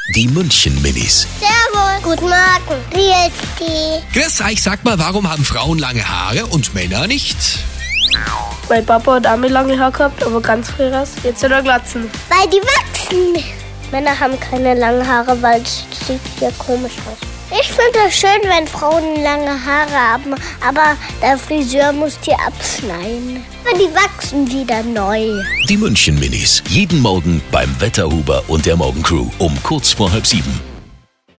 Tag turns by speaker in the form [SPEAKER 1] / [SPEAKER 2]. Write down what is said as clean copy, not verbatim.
[SPEAKER 1] Die München-Minis.
[SPEAKER 2] Servus. Guten Morgen. Wie ist die?
[SPEAKER 1] Grüß euch, sag mal, warum haben Frauen lange Haare und Männer nicht?
[SPEAKER 3] Mein Papa hat auch mal lange Haare gehabt, aber ganz früh raus. Jetzt hat er Glatzen.
[SPEAKER 2] Weil die wachsen. Männer haben keine langen Haare, weil es sieht ja komisch aus. Ich finde es schön, wenn Frauen lange Haare haben, aber der Friseur muss die abschneiden. Aber die wachsen wieder neu.
[SPEAKER 1] Die München-Minis. Jeden Morgen beim Wetterhuber und der Morgencrew um kurz vor 6:30.